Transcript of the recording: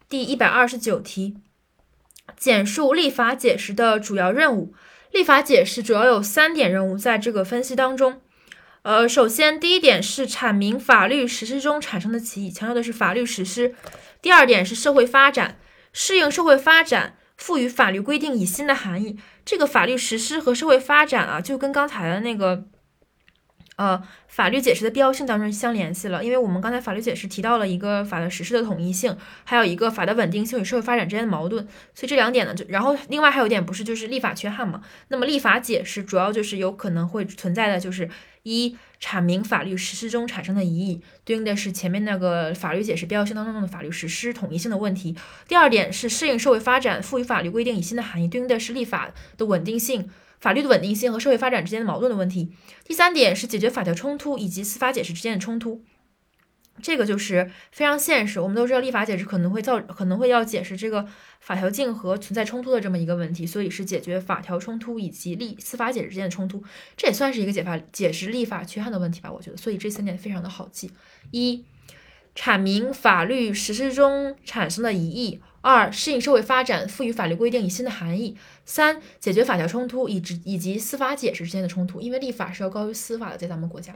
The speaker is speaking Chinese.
第129题，简述立法解释的主要任务。立法解释主要有3点任务，在这个分析当中。首先第一点是阐明法律实施中产生的歧义，强调的是法律实施。第二点是社会发展，适应社会发展，赋予法律规定以新的含义。这个法律实施和社会发展啊，就跟刚才的那个法律解释的必要性当中相联系了，因为我们刚才法律解释提到了一个法的实施的统一性，还有一个法的稳定性与社会发展之间的矛盾，所以这2点呢，然后另外还有一点不是就是立法缺憾嘛？那么立法解释主要就是有可能会存在的就是一，阐明法律实施中产生的疑义，对应的是前面那个法律解释必要性当中的法律实施统一性的问题。第二点是适应社会发展，赋予法律规定以新的含义，对应的是立法的稳定性。法律的稳定性和社会发展之间的矛盾的问题。第3点是解决法条冲突以及司法解释之间的冲突，这个就是非常现实。我们都知道立法解释可能会要解释这个法条竞合存在冲突的这么一个问题，所以是解决法条冲突以及司法解释之间的冲突，这也算是一个解释立法缺憾的问题吧，我觉得。所以这3点非常的好记：一、阐明法律实施中产生的疑义；2、适应社会发展，赋予法律规定以新的含义；3、解决法条冲突以及司法解释之间的冲突，因为立法是要高于司法的，在咱们国家。